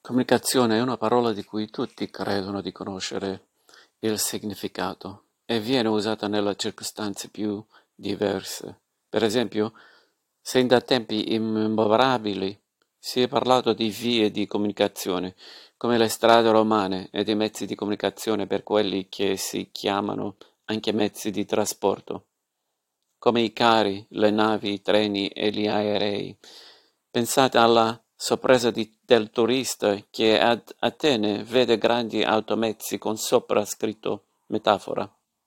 Comunicazione è una parola di cui tutti credono di conoscere il significato e viene usata nelle circostanze più diverse. Per esempio, sin da tempi immemorabili si è parlato di vie di comunicazione, come le strade romane e di mezzi di comunicazione per quelli che si chiamano anche mezzi di trasporto, come i carri, le navi, i treni e gli aerei. Pensate alla sorpresa del turista che ad Atene vede grandi automezzi con sopra scritto metafora.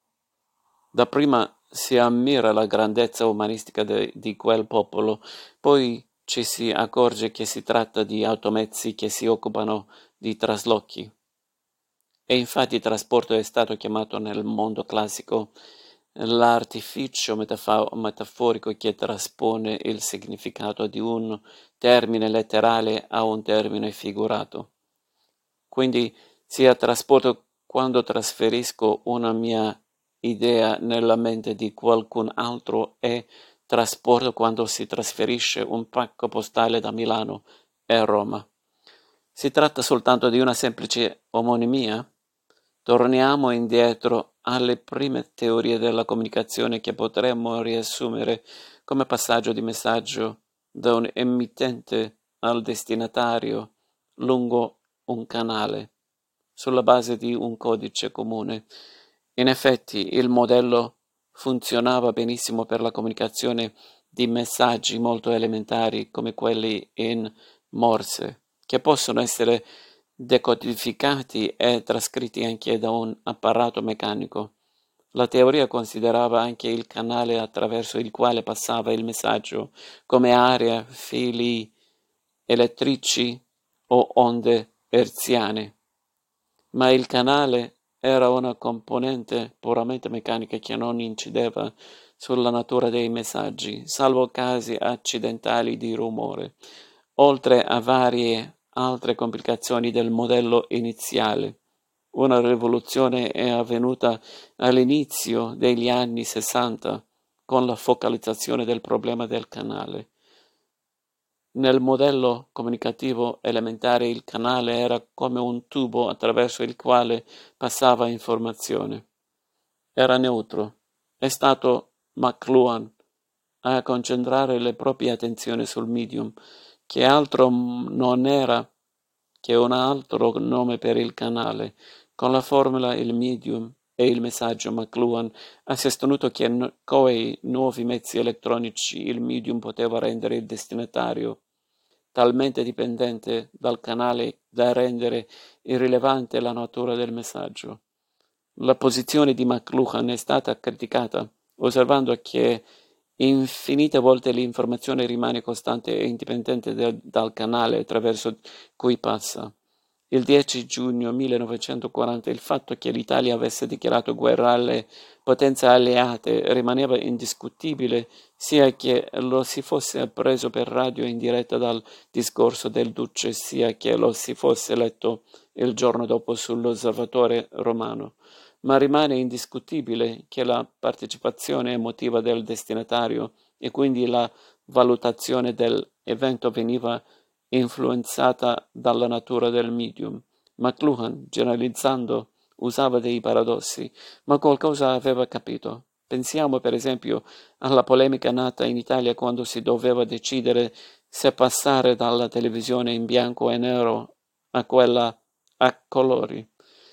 Dapprima si ammira la grandezza umanistica di quel popolo, poi ci si accorge che si tratta di automezzi che si occupano di traslochi. E infatti il trasporto è stato chiamato nel mondo classico l'artificio metaforico che traspone il significato di un termine letterale a un termine figurato. Quindi sia trasporto quando trasferisco una mia idea nella mente di qualcun altro e trasporto quando si trasferisce un pacco postale da Milano a Roma. Si tratta soltanto di una semplice omonimia? Torniamo indietro alle prime teorie della comunicazione che potremmo riassumere come passaggio di messaggio da un emittente al destinatario lungo un canale, sulla base di un codice comune. In effetti, il modello funzionava benissimo per la comunicazione di messaggi molto elementari come quelli in Morse, che possono essere decodificati e trascritti anche da un apparato meccanico. La teoria considerava anche il canale attraverso il quale passava il messaggio, come aria, fili elettrici o onde hertziane. Ma il canale era una componente puramente meccanica che non incideva sulla natura dei messaggi, salvo casi accidentali di rumore, oltre a varie altre complicazioni del modello iniziale. Una rivoluzione è avvenuta all'inizio degli anni '60 con la focalizzazione del problema del canale. Nel modello comunicativo elementare il canale era come un tubo attraverso il quale passava informazione. Era neutro. È stato McLuhan a concentrare le proprie attenzioni sul medium, che altro non era che un altro nome per il canale. Con la formula il medium e il messaggio McLuhan ha sostenuto che coi nuovi mezzi elettronici il medium poteva rendere il destinatario talmente dipendente dal canale da rendere irrilevante la natura del messaggio. La posizione di McLuhan è stata criticata, osservando che infinite volte l'informazione rimane costante e indipendente dal canale attraverso cui passa. Il 10 giugno 1940 il fatto che l'Italia avesse dichiarato guerra alle potenze alleate rimaneva indiscutibile, sia che lo si fosse appreso per radio in diretta dal discorso del duce, sia che lo si fosse letto il giorno dopo sull'Osservatore Romano. Ma rimane indiscutibile che la partecipazione emotiva del destinatario e quindi la valutazione dell'evento veniva influenzata dalla natura del medium. McLuhan, generalizzando, usava dei paradossi, ma qualcosa aveva capito. Pensiamo per esempio alla polemica nata in Italia quando si doveva decidere se passare dalla televisione in bianco e nero a quella a colori.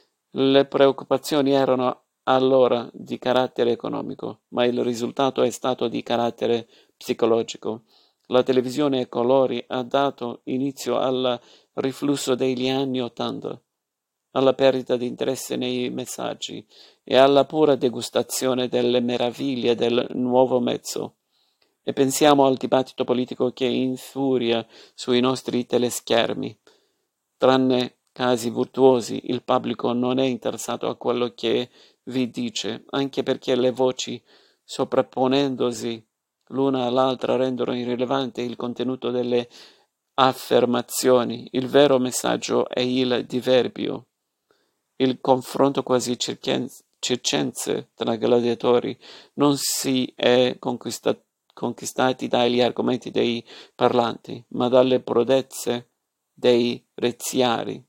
Le preoccupazioni erano allora di carattere economico, ma il risultato è stato di carattere psicologico. La televisione a colori ha dato inizio al riflusso degli anni '80, alla perdita di interesse nei messaggi e alla pura degustazione delle meraviglie del nuovo mezzo. E pensiamo al dibattito politico che infuria sui nostri teleschermi. Tranne casi virtuosi, il pubblico non è interessato a quello che vi dice, anche perché le voci, sovrapponendosi l'una all'altra, rendono irrilevante il contenuto delle affermazioni. Il vero messaggio è il diverbio, il confronto quasi circense tra gladiatori. Non si è conquistati dagli argomenti dei parlanti, ma dalle prodezze dei reziari.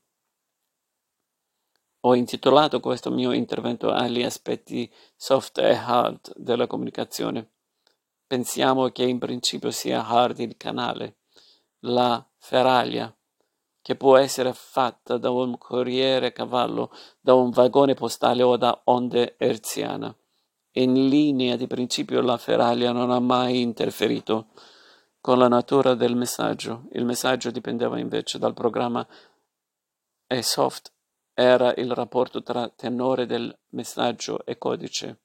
Ho intitolato questo mio intervento agli aspetti soft e hard della comunicazione. Pensiamo che in principio sia hard il canale, la ferraglia, che può essere fatta da un corriere a cavallo, da un vagone postale o da onde hertziana. In linea di principio la ferraglia non ha mai interferito con la natura del messaggio. Il messaggio dipendeva invece dal programma e soft era il rapporto tra tenore del messaggio e codice.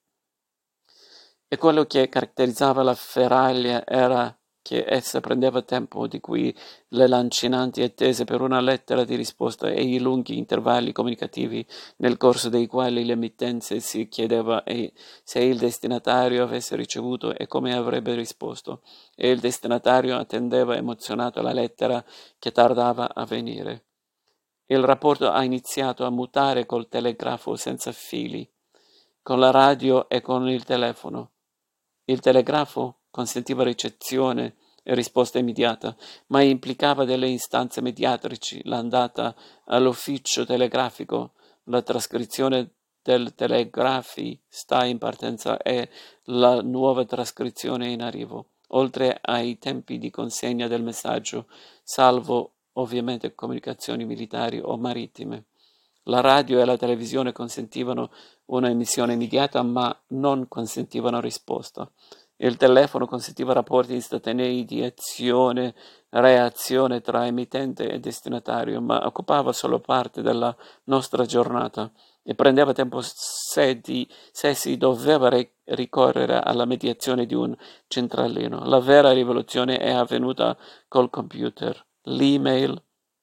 E quello che caratterizzava la ferraglia era che essa prendeva tempo, di cui le lancinanti attese per una lettera di risposta e i lunghi intervalli comunicativi nel corso dei quali l'emittente si chiedeva se il destinatario avesse ricevuto e come avrebbe risposto, e il destinatario attendeva emozionato la lettera che tardava a venire. Il rapporto ha iniziato a mutare col telegrafo senza fili, con la radio e con il telefono. Il telegrafo consentiva ricezione e risposta immediata, ma implicava delle istanze mediatrici, l'andata all'ufficio telegrafico, la trascrizione del telegrafi sta in partenza e la nuova trascrizione in arrivo, oltre ai tempi di consegna del messaggio, salvo ovviamente comunicazioni militari o marittime. La radio e la televisione consentivano una emissione immediata, ma non consentivano risposta. Il telefono consentiva rapporti istantanei di azione-reazione tra emittente e destinatario, ma occupava solo parte della nostra giornata e prendeva tempo se si doveva ricorrere alla mediazione di un centralino. La vera rivoluzione è avvenuta col computer, l'email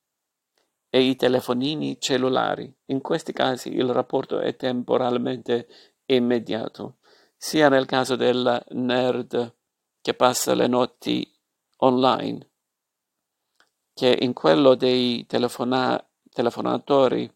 e i telefonini cellulari. In questi casi il rapporto è temporalmente immediato, sia nel caso del nerd che passa le notti online, che in quello dei telefonatori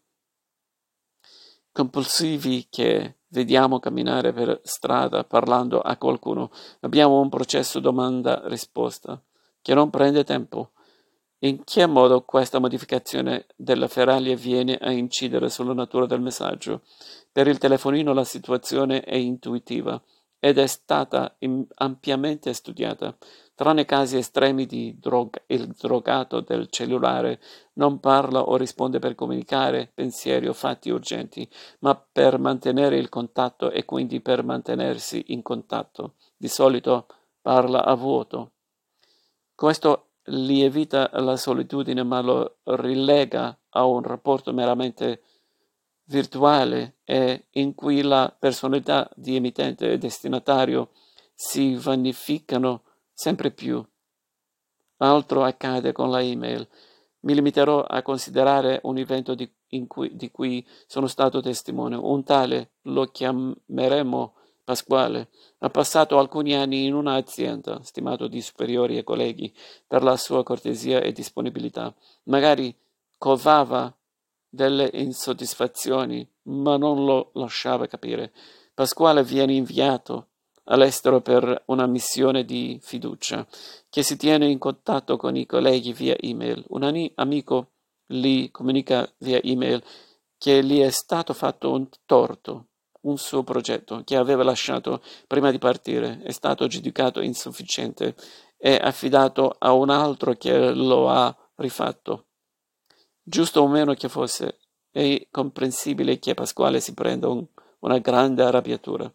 compulsivi che vediamo camminare per strada parlando a qualcuno. Abbiamo un processo domanda-risposta che non prende tempo. In che modo questa modificazione della ferraglia viene a incidere sulla natura del messaggio? Per il telefonino la situazione è intuitiva ed è stata ampiamente studiata. Tranne casi estremi di il drogato del cellulare non parla o risponde per comunicare pensieri o fatti urgenti, ma per mantenere il contatto e quindi per mantenersi in contatto. Di solito parla a vuoto. Questo lievita la solitudine, ma lo rilega a un rapporto meramente virtuale e in cui la personalità di emittente e destinatario si vanificano sempre più. Altro accade con la email. Mi limiterò a considerare un evento di cui sono stato testimone. Un tale, lo chiameremo Pasquale, ha passato alcuni anni in un'azienda, stimato di superiori e colleghi per la sua cortesia e disponibilità. Magari covava delle insoddisfazioni, ma non lo lasciava capire. Pasquale viene inviato all'estero per una missione di fiducia, che si tiene in contatto con i colleghi via email. Un amico gli comunica via email che gli è stato fatto un torto. Un suo progetto che aveva lasciato prima di partire è stato giudicato insufficiente e affidato a un altro che lo ha rifatto. Giusto o meno che fosse, è comprensibile che Pasquale si prenda una grande arrabbiatura.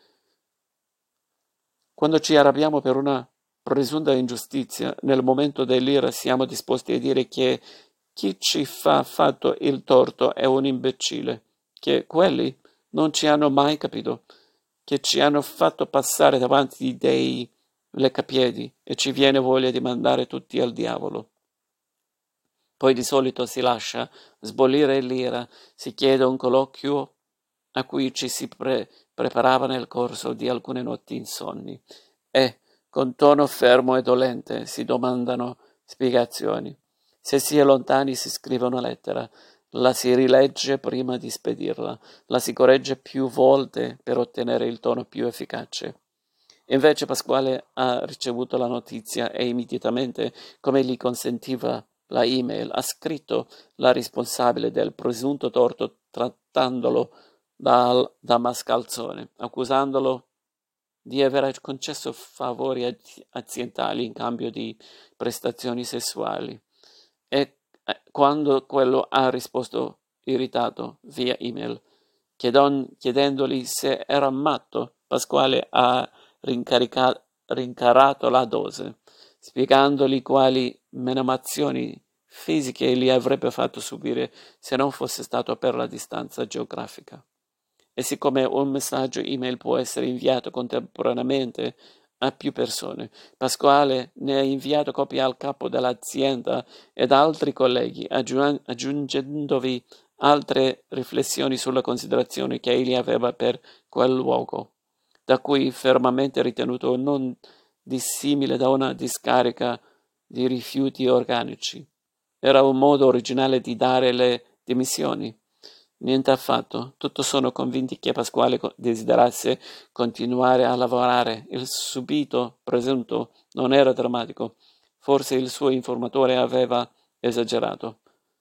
Quando ci arrabbiamo per una presunta ingiustizia, nel momento dell'ira siamo disposti a dire che chi ci fa fatto il torto è un imbecille, che quelli non ci hanno mai capito, che ci hanno fatto passare davanti dei leccapiedi e ci viene voglia di mandare tutti al diavolo. Poi di solito si lascia sbollire l'ira, si chiede un colloquio a cui ci si preparava nel corso di alcune notti insonni e, con tono fermo e dolente, si domandano spiegazioni. Se si è lontani si scrive una lettera, la si rilegge prima di spedirla, la si corregge più volte per ottenere il tono più efficace. Invece Pasquale ha ricevuto la notizia e immediatamente, come gli consentiva la email, ha scritto la responsabile del presunto torto trattandolo da mascalzone, accusandolo di aver concesso favori aziendali in cambio di prestazioni sessuali. E quando quello ha risposto irritato via email, chiedendogli se era matto, Pasquale ha rincarato la dose, spiegandogli quali menomazioni fisiche gli avrebbe fatto subire se non fosse stato per la distanza geografica. E siccome un messaggio email può essere inviato contemporaneamente a più persone, Pasquale ne ha inviato copia al capo dell'azienda ed altri colleghi, aggiungendovi altre riflessioni sulla considerazione che egli aveva per quel luogo, da cui fermamente ritenuto non dissimile da una discarica di rifiuti organici. Era un modo originale di dare le dimissioni. Niente affatto, tutti sono convinti che Pasquale desiderasse continuare a lavorare. Il subito presunto non era drammatico. Forse il suo informatore aveva esagerato.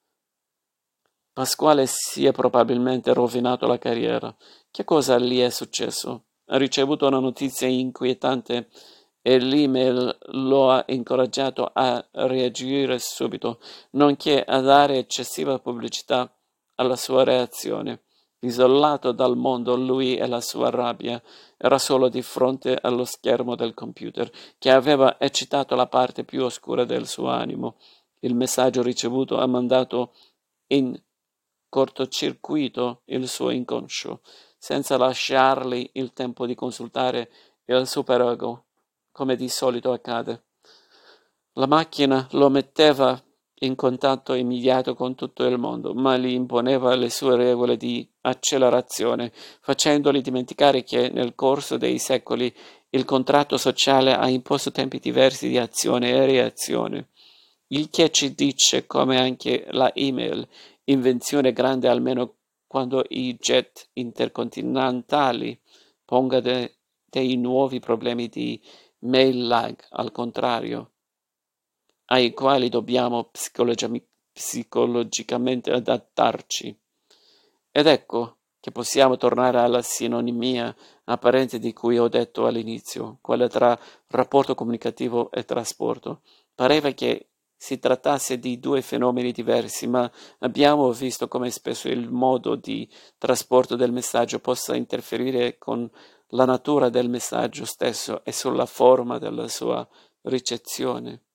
Pasquale si è probabilmente rovinato la carriera. Che cosa gli è successo? Ha ricevuto una notizia inquietante e l'email lo ha incoraggiato a reagire subito, nonché a dare eccessiva pubblicità alla sua reazione. Isolato dal mondo, lui e la sua rabbia era solo di fronte allo schermo del computer, che aveva eccitato la parte più oscura del suo animo. Il messaggio ricevuto ha mandato in cortocircuito il suo inconscio, senza lasciargli il tempo di consultare il superego, come di solito accade. La macchina lo metteva in contatto immediato con tutto il mondo, ma gli imponeva le sue regole di accelerazione, facendogli dimenticare che nel corso dei secoli il contratto sociale ha imposto tempi diversi di azione e reazione. Il che ci dice come anche la email, invenzione grande almeno quando i jet intercontinentali ponga dei nuovi problemi di mail lag, al contrario, ai quali dobbiamo psicologicamente adattarci. Ed ecco che possiamo tornare alla sinonimia apparente di cui ho detto all'inizio, quella tra rapporto comunicativo e trasporto. Pareva che si trattasse di due fenomeni diversi, ma abbiamo visto come spesso il modo di trasporto del messaggio possa interferire con la natura del messaggio stesso e sulla forma della sua ricezione.